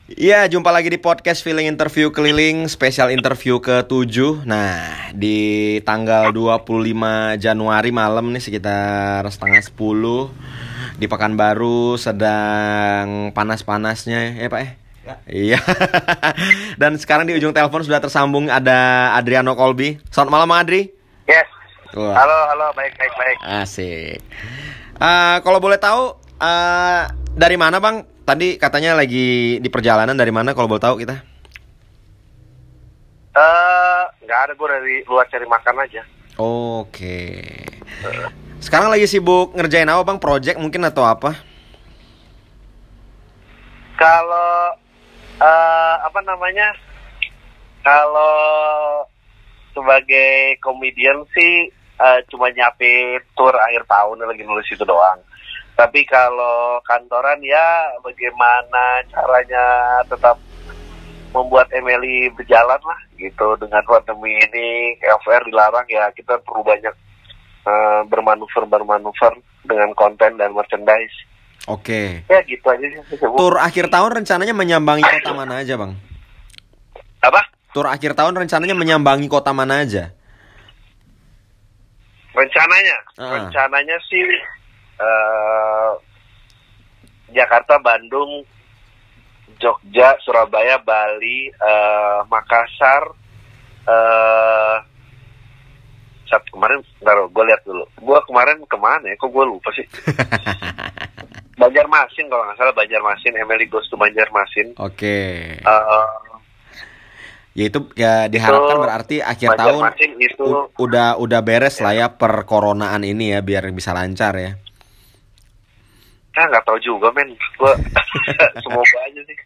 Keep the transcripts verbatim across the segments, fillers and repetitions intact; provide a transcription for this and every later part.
Iya, jumpa lagi di podcast Feeling Interview Keliling, spesial interview ketujuh. Nah, di tanggal dua puluh lima Januari malam nih sekitar setengah sepuluh di Pekanbaru sedang panas-panasnya ya Pak eh? Ya. Iya. Dan sekarang di ujung telepon sudah tersambung ada Adriano Kolbi. Selamat malam Bang Adri. Yes. Wah. Halo, halo, baik, baik, baik. Asik. Uh, kalau boleh tahu uh, dari mana Bang? Tadi katanya lagi di perjalanan, dari mana kalau boleh tahu kita? Eh, uh, nggak ada, gue dari luar cari makan aja. Oke. Sekarang lagi sibuk ngerjain apa Bang? Project mungkin atau apa? Kalau uh, apa namanya? Kalau sebagai komedian sih uh, cuma nyiapin tour akhir tahun, lagi nulis itu doang. Tapi kalau kantoran ya bagaimana caranya tetap membuat Emily berjalan lah gitu. Dengan pandemi ini F R dilarang ya, kita perlu banyak uh, bermanuver-bermanuver dengan konten dan merchandise. Oke. Ya gitu aja sih. Tur akhir tahun rencananya menyambangi kota mana aja Bang? Apa? Tur akhir tahun rencananya menyambangi kota mana aja? Rencananya? Uh. Rencananya sih Uh, Jakarta, Bandung, Jogja, Surabaya, Bali, uh, Makassar. Uh, saat kemarin, bentar, gue lihat dulu. Gue kemarin kemana ya? Kok gue lupa sih? Banjarmasin kalau nggak salah, Banjarmasin. Emily goes to Banjarmasin. Oke. Okay. Uh, ya itu ya diharapkan itu, berarti akhir tahun itu, u- udah udah beres ya. Lah ya perkoronaan ini ya, biar bisa lancar ya. Ah, nggak tahu juga men, gue semoga aja sih.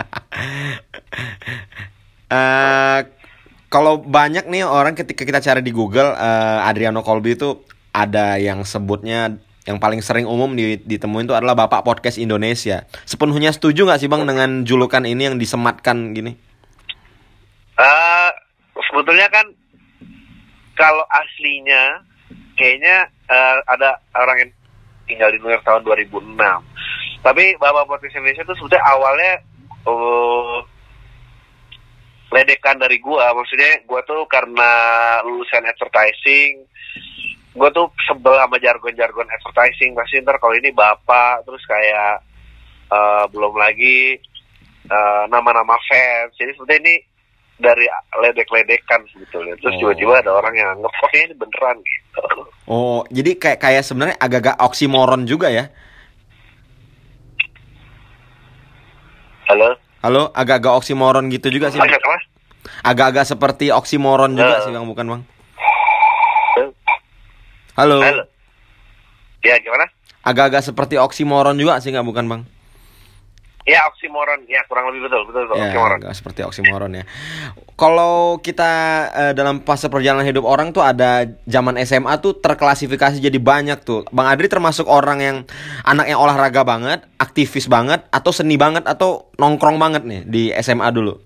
uh, kalau banyak nih orang ketika kita cari di Google uh, Adriano Kolbi itu ada yang sebutnya yang paling sering umum ditemuin itu adalah Bapak Podcast Indonesia. Sepenuhnya setuju nggak sih Bang dengan julukan ini yang disematkan gini? Uh, sebetulnya kan kalau aslinya kayaknya uh, ada orang yang tinggal di New York tahun dua ribu enam. Tapi Bapak Podcast Indonesia itu sebetulnya awalnya uh, ledekan dari gua. Maksudnya gua tuh karena lulusan advertising, gua tuh sebel sama jargon-jargon advertising. Pasti ntar kalau ini Bapak, terus kayak uh, belum lagi uh, nama-nama fans. Jadi sebetulnya ini dari ledek-ledekan sebetulnya. Terus oh. tiba-tiba ada orang yang anggap kok ini beneran gitu. Oh, jadi kayak kayak sebenarnya agak-agak oksimoron juga ya? Halo? Halo, agak-agak oksimoron gitu juga sih. Agak apa? Agak-agak seperti oksimoron uh. juga sih Bang, bukan Bang? Halo? Halo? Ya, gimana? Agak-agak seperti oksimoron juga sih, nggak bukan Bang? Ya, oksimoron. Ya, kurang lebih betul, betul, betul. Ya, oksimoron. Agak seperti oksimoron ya. Kalau kita eh, dalam fase perjalanan hidup orang tuh ada zaman S M A tuh terklasifikasi jadi banyak tuh. Bang Adri termasuk orang yang anak yang olahraga banget, aktivis banget, atau seni banget, atau nongkrong banget nih di S M A dulu?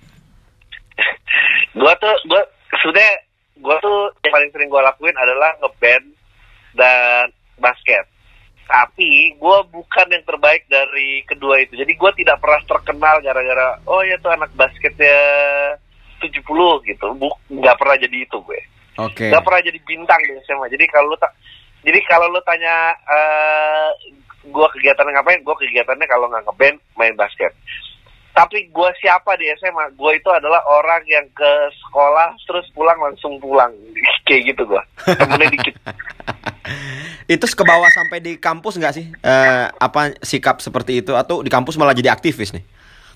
Gua tuh, gua sudah, gua tuh yang paling sering gua lakuin adalah ngeband dan basket. Tapi gue bukan yang terbaik dari kedua itu. Jadi gue tidak pernah terkenal gara-gara oh ya tuh anak basketnya tujuh puluh gitu. Gak pernah jadi itu gue. Oke. Okay. Gak pernah jadi bintang di S M A. Jadi kalau lu tak, jadi kalau lu tanya uh, gue kegiatannya ngapain? Gue kegiatannya kalau nggak ngeband main basket. Tapi gue siapa di S M A? Gue itu adalah orang yang ke sekolah terus pulang langsung pulang. Kayak gitu gue. Temennya dikit. Itu ke bawah sampai di kampus nggak sih? Eh, apa sikap seperti itu atau di kampus malah jadi aktivis nih?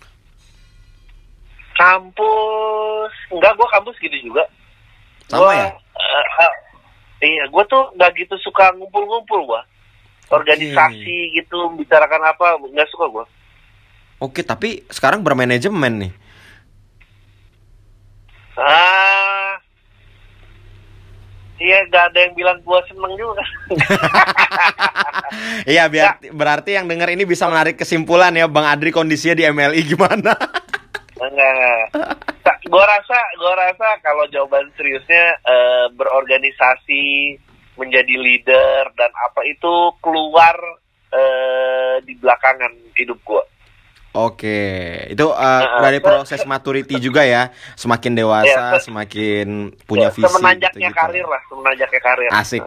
Kampus, enggak, gue kampus gitu juga. Sama gua, ya? Uh, uh, iya, gue tuh nggak gitu suka ngumpul-ngumpul gue. Organisasi okay. gitu, bicarakan apa, nggak suka gue. Oke, tapi sekarang bermanajemen nih. Ah, iya, gak ada yang bilang gue seneng juga. Iya, biar ya. Berarti yang dengar ini bisa menarik kesimpulan ya, Bang Adri kondisinya di M L I gimana? Enggak, gue rasa, gue rasa kalau jawaban seriusnya uh, berorganisasi, menjadi leader dan apa itu keluar uh, di belakangan hidup gue. Oke, itu uh, dari proses maturity juga ya, semakin dewasa, ya, semakin punya ya, visi. Semenanjaknya gitu, karir gitu. lah, semenanjaknya karir. Asik.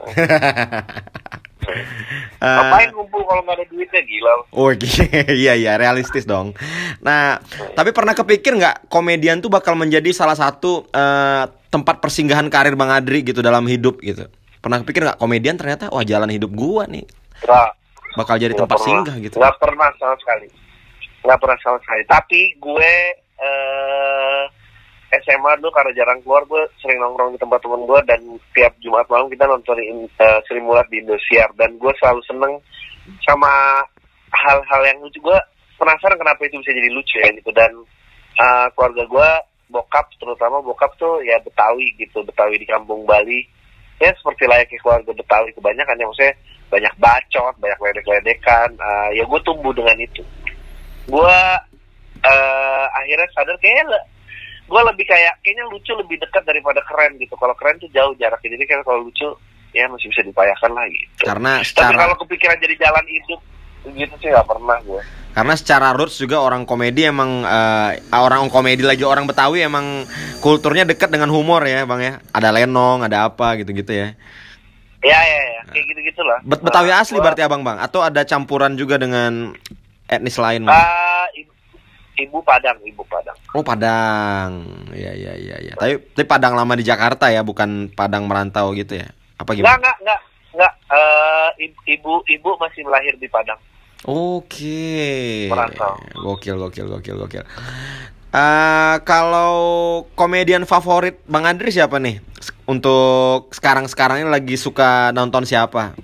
Ngapain ngumpul kalau nggak ada duitnya, gila. Oh iya iya realistis dong. Nah, tapi pernah kepikir nggak komedian tuh bakal menjadi salah satu uh, tempat persinggahan karir Bang Adri gitu dalam hidup gitu? Pernah kepikir nggak komedian ternyata wah jalan hidup gua nih? Nggak, bakal jadi nggak tempat pernah. singgah gitu? Nggak pernah sama sekali. Nggak pernah sama sekali. Tapi gue eh, S M A dulu karena jarang keluar, gue sering nongkrong di tempat temen gue, dan tiap Jumat malam kita nontonin uh, Sri Mulat di Indosiar, dan gue selalu seneng sama hal-hal yang lucu. Gue penasaran kenapa itu bisa jadi lucu ya gitu. Dan uh, keluarga gue, bokap terutama bokap tuh ya Betawi gitu, Betawi di kampung Bali, ya seperti layaknya keluarga Betawi kebanyakan ya, maksudnya banyak bacot, banyak ledek-ledekan. Uh, ya gue tumbuh dengan itu. Gue uh, akhirnya sadar kayaknya gue lebih kayak kayaknya lucu lebih dekat daripada keren gitu. Kalau keren tuh jauh jaraknya, jadi kan kalau lucu ya masih bisa diupayakan lah gitu. Karena secara... Tapi kalau kepikiran jadi jalan hidup gitu sih nggak pernah gue. Karena secara roots juga orang komedi emang uh, orang komedi lagi orang Betawi emang kulturnya dekat dengan humor ya Bang ya. Ada lenong, ada apa gitu-gitu ya. Ya ya ya, kayak gitu-gitulah. Bet Betawi uh, asli gua... berarti Abang Bang, atau ada campuran juga dengan etnis lain? Uh, ibu, ibu Padang, ibu Padang. Oh Padang, ya ya ya ya. Tapi, tapi Padang lama di Jakarta ya, bukan Padang merantau gitu ya? Apa gimana? Nggak nggak nggak nggak. Uh, ibu ibu masih lahir di Padang. Oke. Merantau. Gokil gokil gokil gokil. Uh, kalau komedian favorit Bang Adri siapa nih? Untuk sekarang-sekarang ini lagi suka nonton siapa?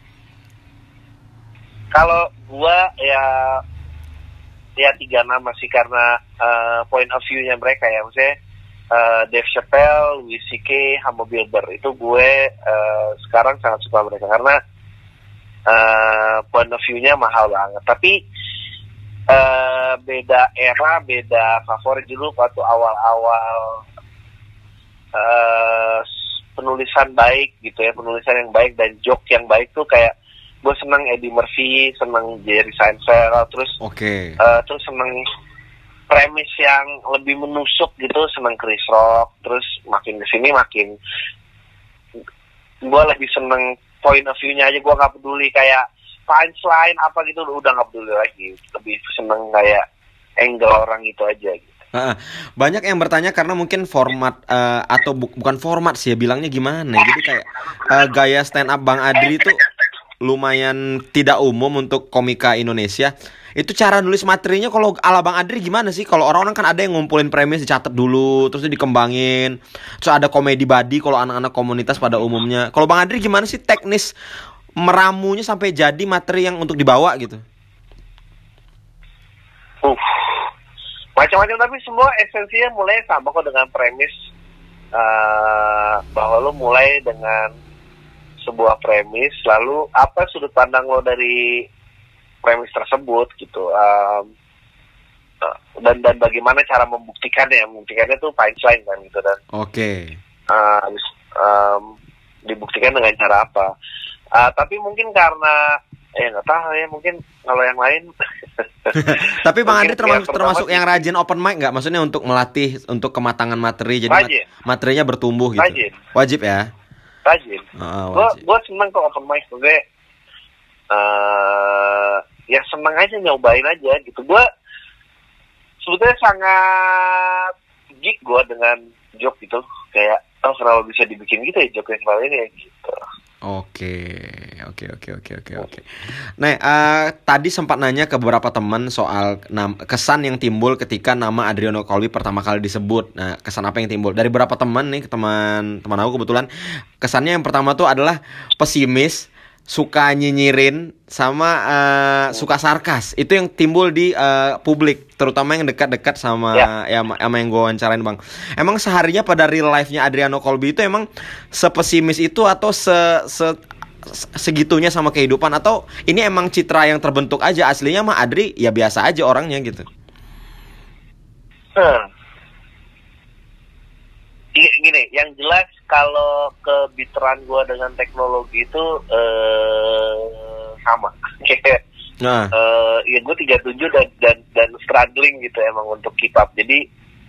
Kalau gua ya ya tiga nama sih, karena uh, point of view-nya mereka ya, maksudnya uh, Dave Chappelle, Louis C K, sama Bill Burr. Itu gue uh, sekarang sangat suka mereka karena uh, point of view-nya mahal banget. Tapi uh, beda era, beda favorit. Dulu waktu awal-awal uh, penulisan baik gitu ya, penulisan yang baik dan joke yang baik tuh kayak gue seneng Eddie Murphy, seneng Jerry Seinfeld, terus okay. uh, terus seneng premis yang lebih menusuk gitu, seneng Chris Rock. Terus makin kesini makin gue lebih seneng point of view-nya aja, gue nggak peduli kayak punchline apa gitu, udah nggak peduli lagi, lebih seneng kayak angle orang itu aja gitu. Nah, banyak yang bertanya karena mungkin format uh, atau bu bukan format sih ya, bilangnya gimana ya, jadi kayak uh, gaya stand up Bang Adri tuh lumayan tidak umum untuk komika Indonesia. Itu cara nulis materinya kalau ala Bang Adri gimana sih? Kalau orang-orang kan ada yang ngumpulin premis, dicatat dulu, terus dikembangin. Terus ada komedi body kalau anak-anak komunitas pada umumnya. Kalau Bang Adri gimana sih teknis meramunya sampai jadi materi yang untuk dibawa gitu? Uh, macam-macam, tapi semua esensinya mulai sama kok dengan premis uh, bahwa lo mulai dengan sebuah premis, lalu apa sudut pandang lo dari premis tersebut gitu, um, dan dan bagaimana cara membuktikannya, membuktikannya tuh punchline kan gitu, dan oke okay. uh, um, dibuktikan dengan cara apa? Uh, tapi mungkin karena ya nggak tahu ya, mungkin kalau yang lain. Tapi Bang Adri termasuk yang termasuk yang rajin open mic nggak? Maksudnya untuk melatih untuk kematangan materi, jadi mat materinya bertumbuh gitu. Rajin. Wajib ya. Rajin. Oh, gue gue seneng kok open mic, gue uh, ya seneng aja nyobain aja gitu. Gue sebetulnya sangat geek gue dengan joke gitu, kayak oh kenapa bisa dibikin gitu ya joke yang kali ini ya gitu. Oke, oke, oke, oke, oke, oke. Nah, uh, tadi sempat nanya ke beberapa teman soal kesan yang timbul ketika nama Adriano Colby pertama kali disebut. Nah, kesan apa yang timbul? Dari beberapa teman nih, teman teman aku kebetulan, kesannya yang pertama tuh adalah pesimis, suka nyinyirin, sama uh, suka sarkas. Itu yang timbul di uh, publik, terutama yang dekat-dekat sama ya. ya sama yang gue wawancarain Bang. Emang seharinya pada real life-nya Adriano Colby itu emang sepesimis itu atau se, se segitunya sama kehidupan, atau ini emang citra yang terbentuk aja, aslinya mah Adri ya biasa aja orangnya gitu? Hmm. Gini, yang jelas kalau kebiteran gue dengan teknologi itu eh, sama. Kayak Nah, uh, ya gue tiga puluh tujuh dan dan dan struggling gitu emang untuk keep up. Jadi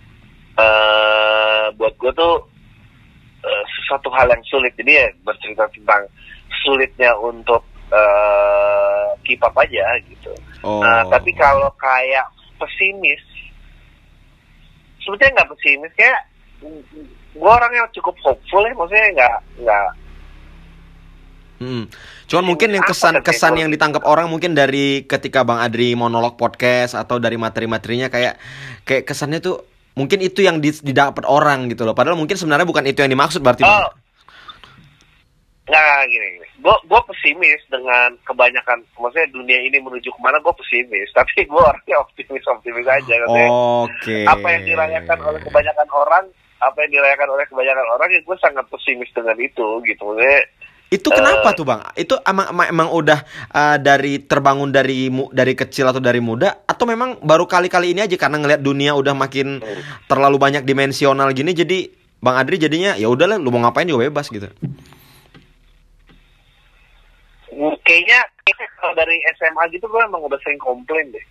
uh, buat gue tuh uh, sesuatu hal yang sulit. Jadi ya bercerita tentang sulitnya untuk uh, keep up aja gitu. oh. Nah, tapi kalau kayak pesimis, sebetulnya nggak pesimis, kayak gue orang yang cukup hopeful ya, maksudnya nggak nggak. Hmm. Cuman mungkin yang kesan-kesan yang ditangkap orang mungkin dari ketika Bang Adri monolog podcast atau dari materi-materinya kayak kayak kesannya tuh mungkin itu yang didapat orang gitu loh. Padahal mungkin sebenarnya bukan itu yang dimaksud berarti. Oh. Nah, gini, gini. Gue gue pesimis dengan kebanyakan, maksudnya dunia ini menuju kemana, gue pesimis. Tapi gue orangnya optimis-optimis aja. Oke. Okay. Apa yang dirayakan oleh kebanyakan orang, apa yang dirayakan oleh kebanyakan orang, ya gue sangat pesimis dengan itu, gitu. Maksudnya, itu kenapa uh, tuh Bang? Itu emang emang udah uh, dari terbangun dari dari kecil atau dari muda, atau memang baru kali-kali ini aja karena ngelihat dunia udah makin terlalu banyak dimensional gini, jadi Bang Adri jadinya ya udahlah, lu mau ngapain juga bebas gitu. Kayaknya, kayaknya kalau dari S M A gitu gue emang udah sering komplain deh.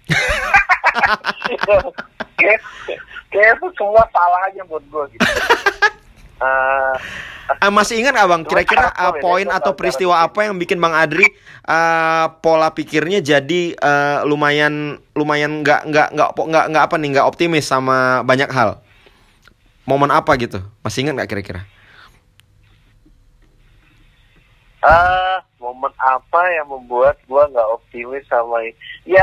kayak, kayak itu semua salah aja buat gue gitu. Uh, uh, masih ingat nggak Bang? Kira-kira uh, poin atau peristiwa apa yang bikin Bang Adri uh, pola pikirnya jadi uh, lumayan lumayan nggak nggak nggak nggak nggak apa nih nggak optimis sama banyak hal? Momen apa gitu? Masih ingat nggak kira-kira? Uh, momen apa yang membuat gue nggak optimis sama ini? Ya,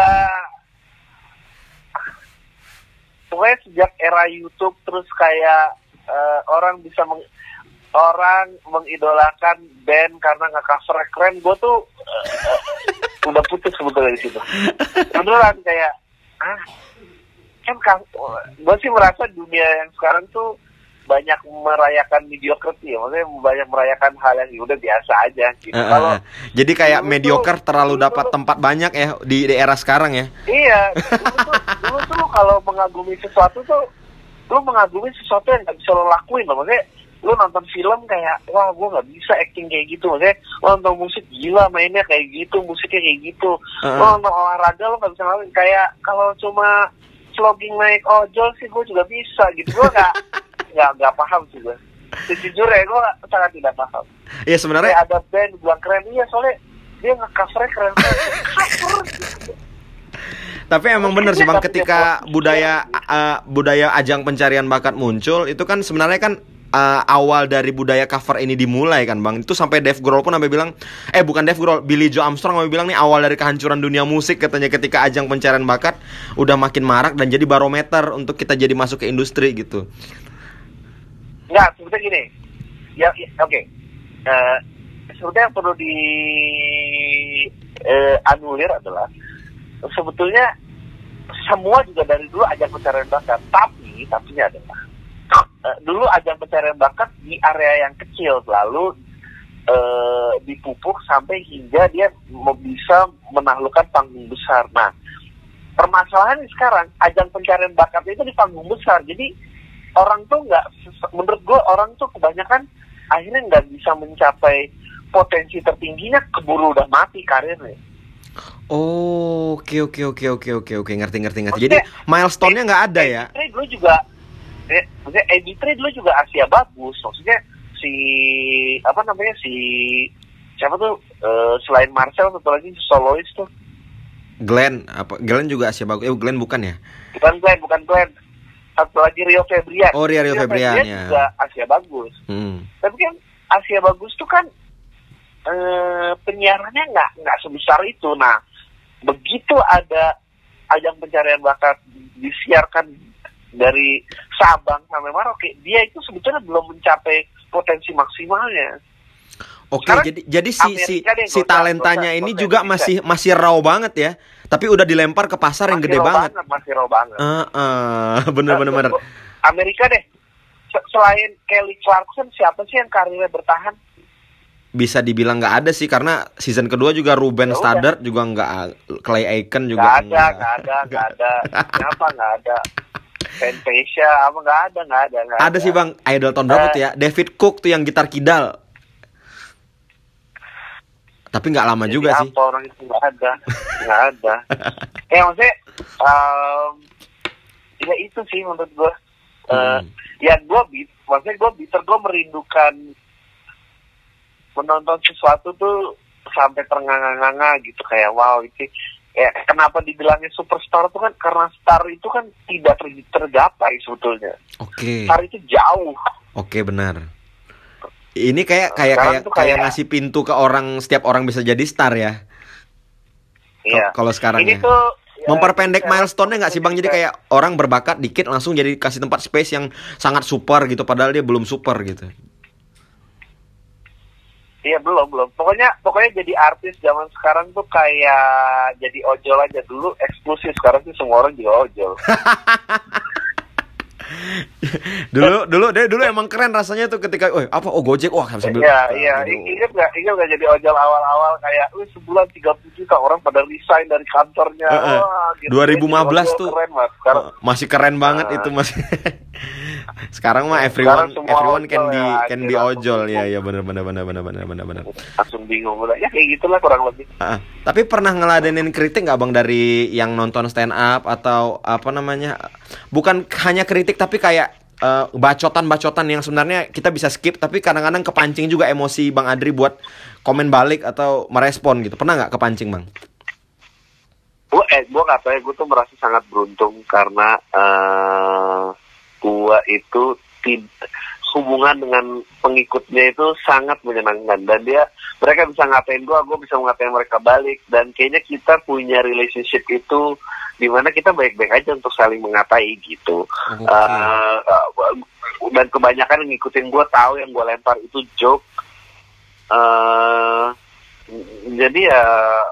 pokoknya sejak era YouTube terus kayak uh, orang bisa meng, orang mengidolakan band karena nggak cover keren, gue tuh uh, uh, udah putus sebetulnya di situ. Beneran kayak, ah, kan gue sih merasa dunia yang sekarang tuh banyak merayakan mediocrity ya, maksudnya banyak merayakan hal yang udah biasa aja gitu. Uh, Kalau jadi kayak mediocre tuh, terlalu dapat tuh, tempat banyak ya di, di era sekarang ya. Iya, dulu tuh, dulu tuh kalau mengagumi sesuatu tuh, lu mengagumi sesuatu yang nggak bisa lo lakuin loh. Maksudnya lu nonton film kayak, wah gue nggak bisa acting kayak gitu. Maksudnya lu nonton musik, gila mainnya kayak gitu, musiknya kayak gitu. Uh, lu nonton olahraga lu nggak bisa ngelakuin. Kayak kalau cuma vlogging naik ojol sih gue juga bisa gitu. Gue nggak nggak nggak paham sih gue. Sejujurnya gue sangat tidak paham. Iya sebenarnya. Kayak ada band bilang keren, iya soalnya dia nge-covernya keren banget. Cover gitu. Tapi emang bener sih Bang, ketika budaya uh, budaya ajang pencarian bakat muncul, itu kan sebenarnya kan uh, awal dari budaya cover ini dimulai kan Bang. Itu sampai Dave Grohl pun sampai bilang, eh bukan Dave Grohl, Billy Joe Armstrong sampai bilang nih awal dari kehancuran dunia musik katanya ketika ajang pencarian bakat udah makin marak dan jadi barometer untuk kita jadi masuk ke industri gitu. Enggak, sebetulnya gini. Ya, ya oke. Okay. Uh, sebetulnya yang perlu di uh, anulir adalah sebetulnya semua juga dari dulu ajang pencarian bakat, tapi tapinya adalah uh, dulu ajang pencarian bakat di area yang kecil lalu uh, dipupuk sampai hingga dia bisa menaklukkan panggung besar. Nah, permasalahan sekarang ajang pencarian bakat itu di panggung besar, jadi orang tuh nggak, menurut gue orang tuh kebanyakan akhirnya nggak bisa mencapai potensi tertingginya, keburu udah mati karirnya. Oh, oke oke oke oke oke oke ngerti ngerti ngerti. Jadi milestone-nya nggak ada ya? A B tiga dulu juga, eh, maksudnya A B tiga dulu juga Asia bagus. Maksudnya si apa namanya si siapa tuh uh, selain Marcel satu lagi solois tuh. Glenn apa? Glenn juga Asia bagus. Eh Glenn bukan ya? Bukan Glenn, bukan Glenn. Satu lagi Rio Febrian. Oh Rio, Rio Febrian ya. Juga Asia bagus. Hmm. Tapi kan Asia bagus tuh kan eh, penyiarannya nggak nggak sebesar itu. Nah, begitu ada ajang pencarian bakat disiarkan dari Sabang sampai Merauke, dia itu sebetulnya belum mencapai potensi maksimalnya. Oke, sekarang, jadi jadi si si si talentanya ini juga masih masih raw banget ya. Tapi udah dilempar ke pasar masih yang gede banget. banget. Masih raw banget. Uh, uh, bener bener bener. Amerika deh. Selain Kelly Clarkson, siapa sih yang karirnya bertahan? Bisa dibilang nggak ada sih, karena season kedua juga Ruben ya Studdard juga nggak, Clay Aiken juga nggak ada, nggak ada, nggak ada. Kenapa nggak ada? Fantasia apa nggak ada, nggak ada, nggak ada. Ada sih Bang, idol tahun berapa tuh ya? David Cook tuh yang gitar kidal. Tapi nggak lama Jadi juga apa sih. orang itu nggak ada, nggak ada. Eh maksudnya, um, ya itu sih menurut gue. Uh, Hmm. Ya gue, maksudnya gue bitter, gue merindukan menonton sesuatu tuh sampai ternganga-nganga gitu, kayak wow itu. Ya kenapa dibilangnya superstar tuh kan karena star itu kan tidak ter- tergapai sebetulnya. Oke. Star itu jauh. Oke, benar. Ini kayak kayak Sekarang kayak tuh kayak kayak- ngasih pintu ke orang, setiap orang bisa jadi star ya. Iya. Kalau sekarang Ini ya. tuh ya, Memperpendek ini milestone-nya nggak sih Bang? Jadi kayak orang berbakat dikit langsung jadi kasih tempat space yang sangat super gitu, padahal dia belum super gitu. Iya belum belum. Pokoknya pokoknya jadi artis zaman sekarang tuh kayak jadi ojol aja. Dulu eksklusif, sekarang sih semua orang juga ojol. dulu dulu deh dulu emang keren rasanya tuh ketika, oh apa, oh Gojek, wah sambil. Iya iya. Aduh. Ingat nggak ingat nggak jadi ojol awal-awal kayak, wih sebulan tiga puluh juta, orang pada resign dari kantornya. Eh, eh. Wah, gitu. dua ribu lima belas Jadi ojol tuh keren, Mas. Sekarang Oh, masih keren banget Nah. itu masih. Sekarang mah Sekarang everyone semua everyone can ojol di ya, can anjir, be langsung ojol ya bingung. ya benar benar benar benar benar benar benar. langsung bingung udah. Ya kayak gitulah kurang lebih. Ah, tapi pernah ngeladenin kritik nggak Bang dari yang nonton stand up atau apa namanya? Bukan hanya kritik tapi kayak eh, bacotan-bacotan yang sebenarnya kita bisa skip tapi kadang-kadang kepancing juga emosi Bang Adri buat komen balik atau merespon gitu. Pernah nggak kepancing Bang? Gue eh gue nggak tahu ya, gue tuh merasa sangat beruntung karena uh, gue itu tid- hubungan dengan pengikutnya itu sangat menyenangkan, dan dia mereka bisa ngatain gue, gue bisa ngatain mereka balik, dan kayaknya kita punya relationship itu di mana kita baik-baik aja untuk saling mengatai gitu. Oke. Uh, uh, dan kebanyakan yang ngikutin gue tahu yang gue lempar itu joke. Uh, jadi ya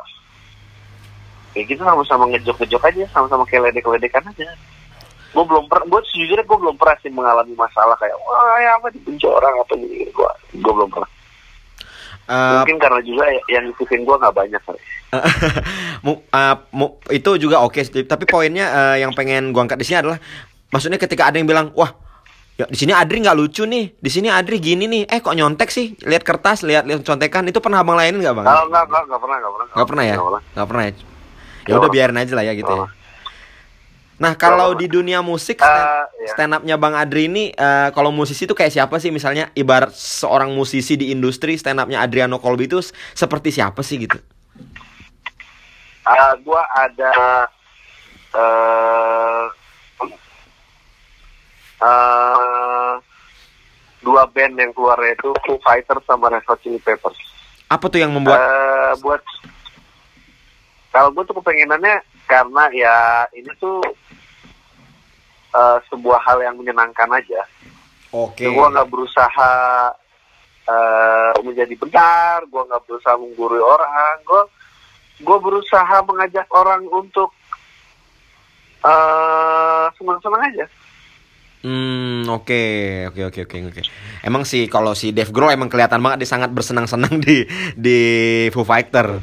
kayak gitu, sama-sama ngejok-ngejok aja, sama-sama kayak ledek-ledekan aja. Gue belum pernah, gue sejujurnya gue belum pernah sih mengalami masalah kayak wah ya apa dibenci orang apa gini, gue gue belum pernah. Eh, Mungkin karena juga yang ngikutin gue nggak banyak kali. mu- uh, mu- itu juga oke sih. Tapi poinnya eh, yang pengen gua angkat di sini adalah, maksudnya ketika ada yang bilang, wah, ya di sini Adri nggak lucu nih, di sini Adri gini nih, eh kok nyontek sih, lihat kertas, lihat lihat contekan, itu pernah abang layanin nggak Bang? Oh, enggak, enggak, enggak pernah, enggak pernah. Nggak pernah ya, Nggak pernah. nggak pernah ya. Ya udah biarin aja lah ya gitu ya. Nah kalau di dunia musik stand, Uh, ya. stand up-nya Bang Adri ini, eh, kalau musisi itu kayak siapa sih? Misalnya ibarat seorang musisi di industri, stand up-nya Adriano Colby itu s- seperti siapa sih gitu? Uh, gue ada uh, uh, dua band yang keluar, yaitu Foo Fighters sama Red Hot Chili Peppers. Apa tuh yang membuat Eh, buat kalau gue tuh kepengenannya karena ya ini tuh eh, sebuah hal yang menyenangkan aja. Oke. Gue nggak berusaha eh, menjadi benar, gue nggak berusaha menggurui orang, gue gue berusaha mengajak orang untuk eh, senang-senang aja. Hmm, oke, oke, oke, oke, oke. Emang sih kalau si Dave Grohl emang kelihatan banget dia sangat bersenang-senang di di Foo Fighter.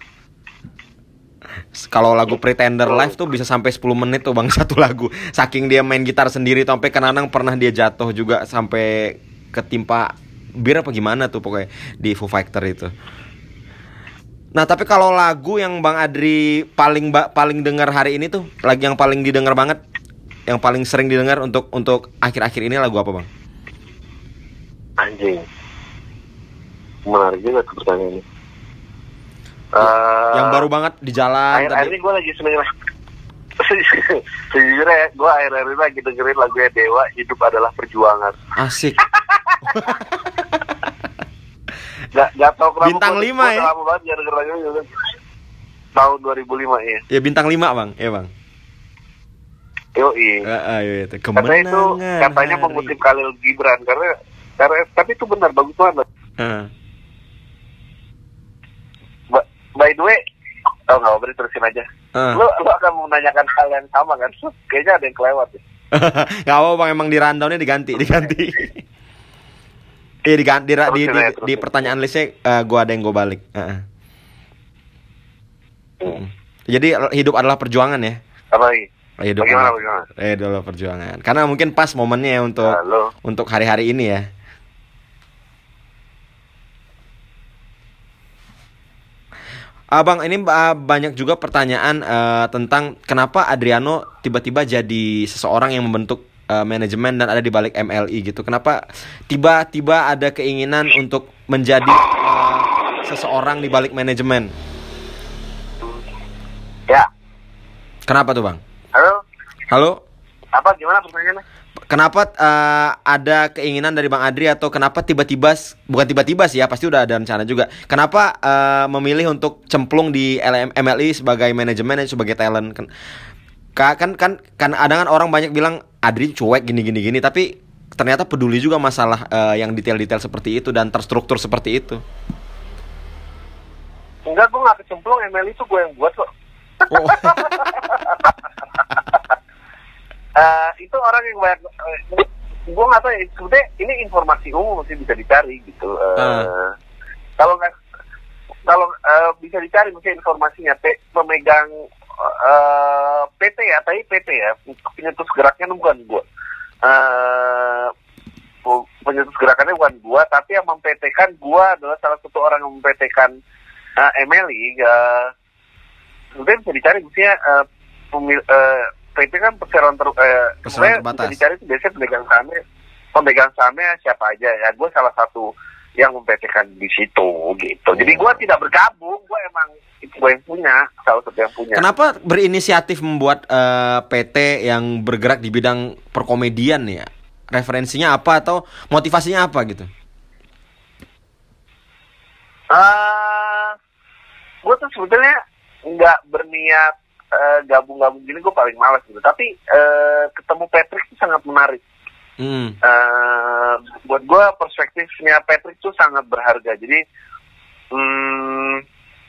Kalau lagu Pretender live tuh bisa sampai sepuluh menit tuh Bang, satu lagu. Saking dia main gitar sendiri tuh, sampai kadang pernah dia jatuh juga sampai ketimpa bir apa gimana tuh pokoknya di Foo Fighter itu. Nah, tapi kalau lagu yang Bang Adri paling ba- paling dengar hari ini tuh, lagu yang paling didengar banget, yang paling sering didengar untuk untuk akhir-akhir ini lagu apa Bang? Anjing, menarik juga tuh pertanyaan ini. Uh, Yang baru banget di jalan akhir-akhir tadi. ini gue lagi seneng. Sejujurnya ya, gue akhir-akhir ini lagi dengerin lagunya Dewa, Hidup Adalah Perjuangan. Asik. Gak, gak tau kenapa Bintang gua- lima gua ya? udah lama banget gak denger lagunya juga. Tahun dua ribu lima ya. Ya bintang lima Bang, ya Bang. Yoi. Ah, ah, iya, itu. Katanya itu Kemenangan katanya hari. mengutip Khalil Gibran karena karena tapi itu benar, bagus banget. Ah. Ba- By the way, oh nggak beri terusin aja. Ah. Lo lo akan menanyakan hal yang sama kan? Kayaknya ada yang kelewat ya. Gak apa Bang, emang di rundownnya diganti, diganti. Iya diganti di, di, di, Terusin aja, di, terusin. pertanyaan listnya eh, gua ada yang gua balik. Ah, ah. Mm. Jadi hidup adalah perjuangan ya. Apa lagi? Hidup Bagaimana, adalah- bagaimana? Eh, adalah perjuangan. Karena mungkin pas momennya ya untuk Halo. untuk hari-hari ini ya. Abang, ini uh, banyak juga pertanyaan uh, tentang kenapa Adriano tiba-tiba jadi seseorang yang membentuk uh, manajemen dan ada di balik M L I gitu. Kenapa tiba-tiba ada keinginan untuk menjadi uh, seseorang di balik manajemen? Ya. Kenapa tuh, Bang? Halo. Halo? Apa gimana pertanyaannya? Kenapa uh, ada keinginan dari Bang Adri atau kenapa tiba-tiba, bukan tiba-tiba sih ya, pasti udah ada rencana juga. Kenapa uh, memilih untuk cemplung di M L I sebagai manajemen dan sebagai talent? Kan kan kan, kan ada kan orang banyak bilang Adri cuek gini gini gini, tapi ternyata peduli juga masalah uh, yang detail-detail seperti itu dan terstruktur seperti itu. Enggak, gue gak kecemplung, M L I itu gue yang buat kok. Oh. Uh, itu orang yang banyak, uh, gue nggak tahu ya, sebetulnya ini informasi umum masih bisa dicari gitu. Uh, uh. Kalau nggak, kalau uh, bisa dicari mungkin informasinya, P, pemegang uh, P T ya, tapi P T ya, penyetus geraknya bukan gue. Uh, penyetus gerakannya bukan gue, tapi yang mem-P T-kan gue adalah salah satu orang yang mem-P T-kan uh, M L I. Uh, sebetulnya bisa dicari, maksudnya uh, pemil, uh, P T kan perseroan ter, eh, perseroan terbatas. Bisa dicari itu biasanya pemegang sahamnya, pemegang sahamnya siapa aja ya. Gue salah satu yang mempetikan di situ gitu. Oh. Jadi gue tidak bergabung, gue emang itu gue yang punya, salah satu yang punya. Kenapa berinisiatif membuat uh, P T yang bergerak di bidang perkomedian ya? Referensinya apa atau motivasinya apa gitu? Uh, gue tuh sebetulnya nggak berniat Uh, gabung-gabung gini, gue paling malas gitu. Tapi uh, ketemu Patrick itu sangat menarik. Mm. Uh, buat gue perspektifnya Patrick itu sangat berharga. Jadi, um,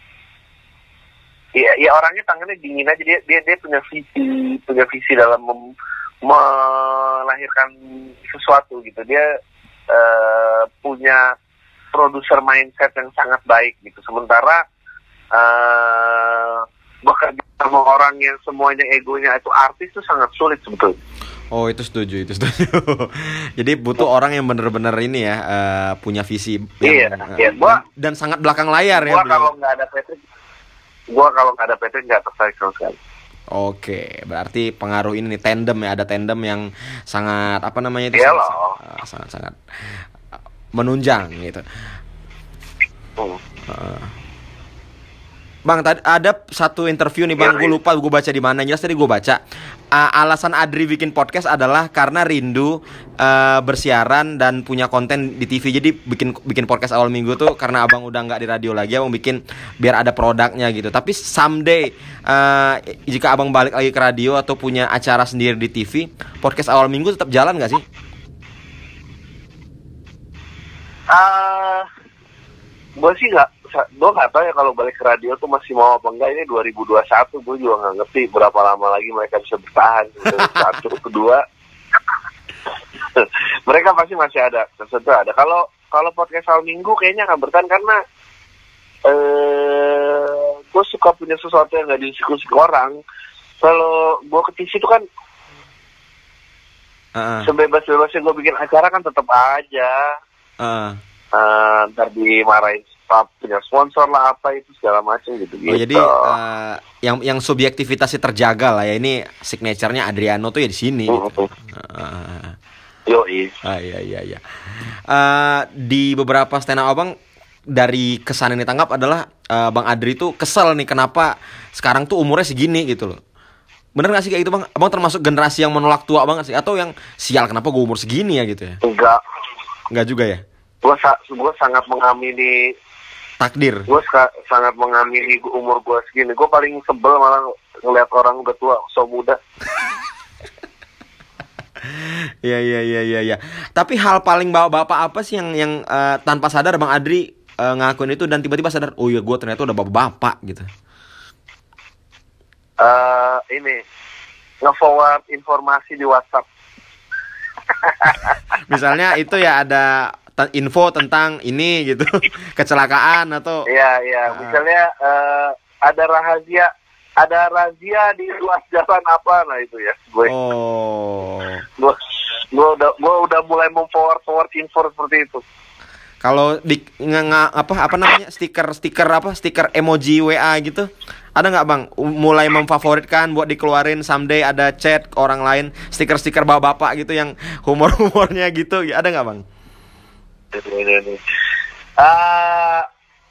ya, ya orangnya tangannya dingin aja. Dia dia, dia punya visi, punya visi dalam mem- melahirkan sesuatu gitu. Dia uh, punya produser mindset yang sangat baik gitu. Sementara uh, bekerja sama orang yang semuanya egonya itu artis itu sangat sulit sebetulnya. Oh, itu setuju, itu setuju. Jadi butuh oh. orang yang benar-benar ini ya, uh, punya visi yang, iya, uh, iya. Gua, dan sangat belakang layar gua ya. Gua kalau nggak ada Patrick, gua kalau nggak ada Patrick nggak tertarik sama sekali. Oke, berarti pengaruh ini nih tandem ya, ada tandem yang sangat apa namanya itu iya sangat, sangat sangat menunjang gitu. Hmm. Uh. Bang, tadi ada satu interview nih Bang, gue lupa gue baca di mana. Jelas tadi gue baca uh, alasan Adri bikin podcast adalah karena rindu uh, bersiaran dan punya konten di T V. Jadi bikin bikin podcast awal minggu tuh karena abang udah nggak di radio lagi, abang bikin biar ada produknya gitu. Tapi someday uh, jika abang balik lagi ke radio atau punya acara sendiri di T V, podcast awal minggu tetap jalan nggak sih? Uh, gue sih nggak. Gue nggak tahu ya kalau balik ke radio tuh masih mau apa enggak. Ini dua ribu dua puluh satu, gue juga nggak ngerti berapa lama lagi mereka bisa bertahan. Satu, kedua, mereka pasti masih ada, tentu ada. Kalau kalau podcast awal minggu kayaknya akan bertahan karena eh, gue suka punya sesuatu yang nggak diskusi ke orang. Kalau gue ke T V itu kan uh-uh. sebebas-bebasnya gue bikin acara kan tetap aja. Uh. Uh, ntar dimarahin punya sponsor lah apa itu segala macam gitu gitu. Oh, jadi uh, yang yang subjektivitasnya terjaga lah ya, ini signaturenya Adriano tuh ya di sini. Uh, gitu. uh, Yoi. Ah iya iya iya. Uh, di beberapa stand up abang dari kesan yang ditangkap adalah uh, Bang Adri tuh kesel nih kenapa sekarang tuh umurnya segini gitu loh. Bener gak sih kayak gitu Bang? Abang termasuk generasi yang menolak tua banget sih atau yang sial kenapa gue umur segini ya gitu ya? Enggak. Enggak juga ya? Gue sa- gue sangat mengamini takdir. Gue ska- sangat mengamini umur gue segini. Gue paling sebel malah ngeliat orang udah tua, so muda. Iya iya iya iya ya. Tapi hal paling bapak-bapak apa sih yang yang uh, tanpa sadar Bang Adri uh, ngakuin itu dan tiba-tiba sadar, oh iya gue ternyata udah bapak-bapak gitu. Uh, ini nge-forward informasi di WhatsApp. Misalnya itu ya ada info tentang ini gitu, kecelakaan atau iya iya uh, misalnya uh, ada rahasia ada razia di ruas jalan apa, nah itu ya gue oh gue gue udah gue udah mulai memforward forward info seperti itu. Kalau di nge, nge, apa apa namanya stiker stiker apa stiker emoji W A gitu ada nggak bang? Mulai memfavoritkan buat dikeluarin someday ada chat ke orang lain stiker-stiker bapak-bapak gitu yang humor-humornya gitu ada nggak bang? Ah,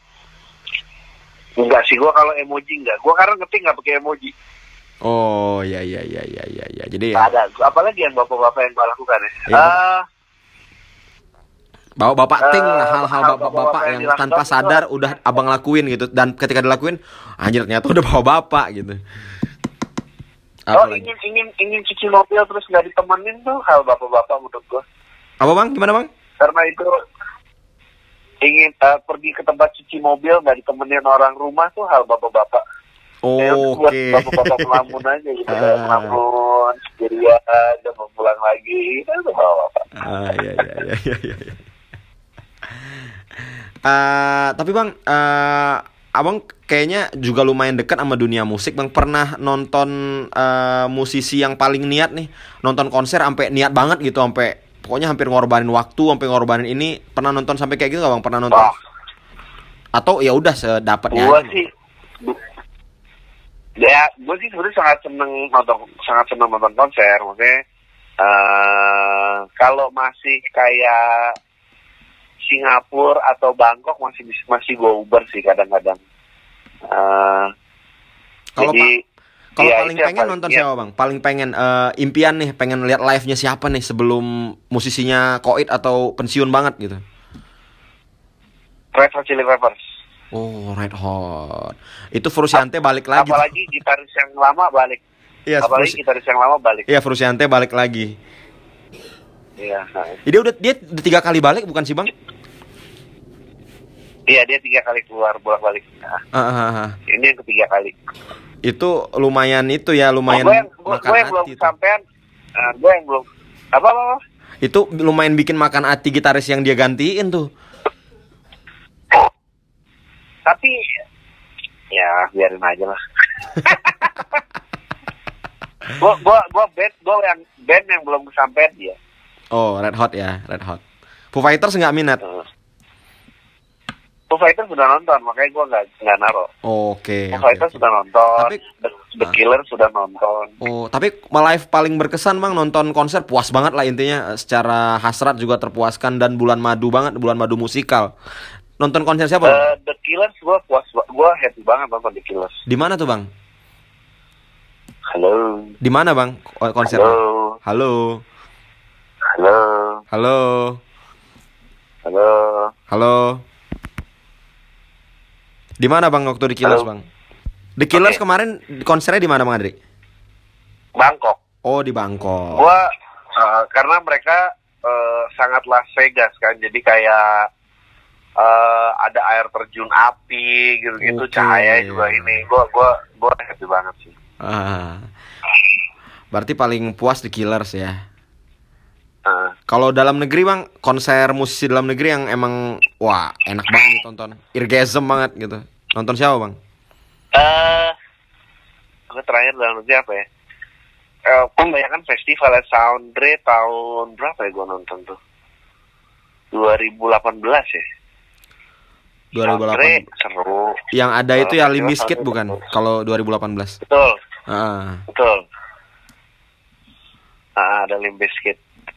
uh, enggak sih gua kalau emoji enggak. Gua karena ngetik nggak pakai emoji. Oh ya ya ya ya ya ya. Jadi ya. Ada. Apalagi yang bapak-bapak yang gua lakukan ya. ya uh, Bawa bapak ting lah, hal-hal bapak-bapak yang, yang tanpa sadar itu udah abang lakuin gitu. Dan ketika dilakuin, anjir ternyata udah bawa bapak gitu. Apa oh lagi? ingin ingin ingin cuci mobil terus nggak ditemenin tuh hal bapak-bapak menurut gua. Apa bang? Gimana bang? Karena itu ingin uh, pergi ke tempat cuci mobil nggak ditemenin orang rumah tuh hal bapak-bapak. Oh, ya, oke. Okay. Bapak-bapak melamun aja gitu, uh. melamun sendirian, dan mau pulang lagi, itu bapak-bapak. Ah, iya iya iya iya. iya. Uh, tapi bang, uh, abang kayaknya juga lumayan dekat sama dunia musik bang. Pernah nonton uh, musisi yang paling niat nih, nonton konser sampai niat banget gitu, sampai pokoknya hampir ngorbanin waktu, sampai ngorbanin ini. Pernah nonton sampai kayak gitu gak bang? Pernah nonton? Oh. Atau ya udah sedapatnya? Gue sih, ya gue sih sebenarnya sangat seneng nonton, sangat seneng nonton konser. Maksudnya uh, kalau masih kayak Singapura atau Bangkok masih masih gue uber sih kadang-kadang. Uh, kalau jadi kalau ya, paling pengen paling, nonton ya. Siapa bang? Paling pengen uh, impian nih, pengen lihat live-nya siapa nih sebelum musisinya koit atau pensiun banget gitu? Red Hot Chili Peppers. Oh, Red Hot. Itu Frusciante balik lagi. Apalagi tuh. Gitaris yang lama balik. Iya, apalagi Frus... gitaris yang lama balik. Iya, Frusciante balik lagi. Iya. Nah. Jadi udah dia udah tiga kali balik bukan sih bang? Iya dia tiga kali keluar bolak-balik. Nah, uh, uh, uh. Ini yang ketiga kali. Itu lumayan itu ya lumayan. Oh, gue yang, gue, gue yang belum sampean. Uh, gue yang belum. Apa apa? apa? Itu lumayan bikin makan hati gitaris yang dia gantiin tuh. Tapi ya biarin aja lah. Gue gue gue band gue yang band yang belum kesampean dia. Oh, Red Hot ya, Red Hot. Foo Fighters nggak minat? Uh. Foo Fighters sudah nonton, makanya gue nggak nggak naro. Oh, oke. Okay, Foo Fighters okay, sudah nonton. Tapi, The, The uh. Killers sudah nonton. Oh, tapi live paling berkesan bang nonton konser puas banget lah intinya. Secara hasrat juga terpuaskan dan bulan madu banget, bulan madu musikal. Nonton konser siapa? Uh, The Killers gue puas, gue happy banget nonton The Killers. Di mana tuh bang? Halo. Di mana bang konser? Halo. Halo. Halo. Halo. Halo. Halo. Di mana bang waktu The Killers bang? The Killers okay. Kemarin konsernya di mana bang Adri? Bangkok. Oh di Bangkok. Gua uh, karena mereka uh, sangat Las Vegas kan, jadi kayak uh, ada air terjun api gitu-gitu, okay. Cahaya juga ini. Gua gua gua happy banget sih. Ah. Berarti paling puas The Killers ya. Uh. Kalau dalam negeri bang, konser musisi dalam negeri yang emang wah enak banget ditonton, irgasm banget gitu. Nonton siapa bang? Eh, uh, aku terakhir dalam negeri apa ya? Uh, kebanyakan festival Soundre tahun berapa ya gue nonton tuh? dua ribu delapan belas ya. dua ribu delapan belas seru. Yang ada itu ya Limp Bizkit bukan? Kalau dua ribu delapan belas. Betul. Ah. Betul. Ah, ada Limp Bizkit.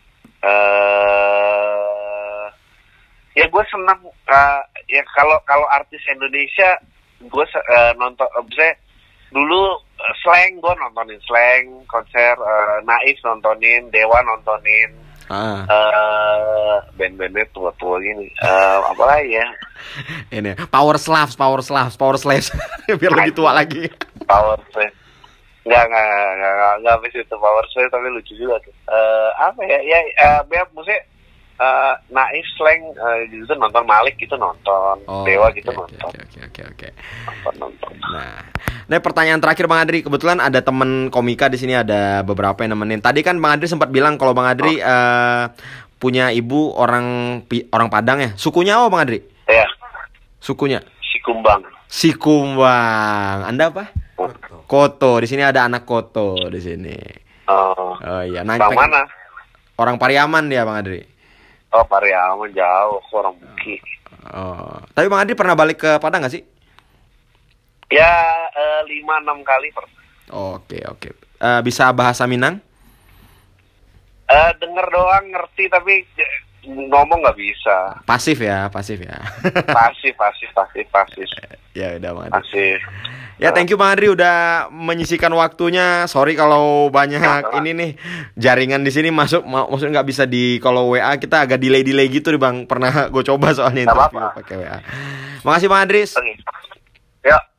Uh, ya gue senang uh, ya kalau kalau artis Indonesia gue uh, nonton uh, misalnya dulu uh, Slang gue nontonin Slang konser, uh, Naif nontonin, Dewa nontonin, ah. uh, band-bandnya tua-tua gini, uh, apa lagi ya ini Power Slaves Power Slaves Power Slaves biar lebih tua lagi. Power Slaves Nggak, nggak, nggak, nggak, nggak habis itu Power Slave, tapi lucu juga tuh. Uh, apa ya, ya, uh, Beb, maksudnya uh, Naif, Slang, uh, gitu nonton, Malik gitu nonton, oh, Dewa gitu okay, nonton. Oke, oke, oke, oke. Nonton, nonton. Nah, ini pertanyaan terakhir Bang Adri. Kebetulan ada temen komika di sini, ada beberapa yang nemenin. Tadi kan Bang Adri sempat bilang kalau Bang Adri oh. uh, punya ibu orang orang Padang ya. Sukunya apa Bang Adri? Iya. Sukunya? Sikumbang. Sikumbang. Anda apa? Koto. Koto. Di sini ada anak Koto di sini. Oh. Oh iya. Nah, Bang mana? Orang Pariaman dia Bang Adri. Oh, Pariaman jauh, aku orang Buki. Oh. Tapi Bang Adri pernah balik ke Padang nggak sih? Ya eh, lima enam kali pernah. Oke oke. Eh, bisa bahasa Minang? Eh, denger doang, ngerti tapi eh, ngomong nggak bisa. Pasif ya, pasif ya. Pasif, pasif, pasif, pasif, Ya udah Bang Adri. pasif. Ya thank you Bang Adri udah menyisikan waktunya. Sorry kalau banyak ini nih jaringan di sini masuk, ma- maksudnya nggak bisa di kalau W A kita agak delay-delay gitu nih Bang. Pernah gue coba soalnya Nggak interview apa-apa. pakai W A. Makasih Bang Adri. Oke. Ya.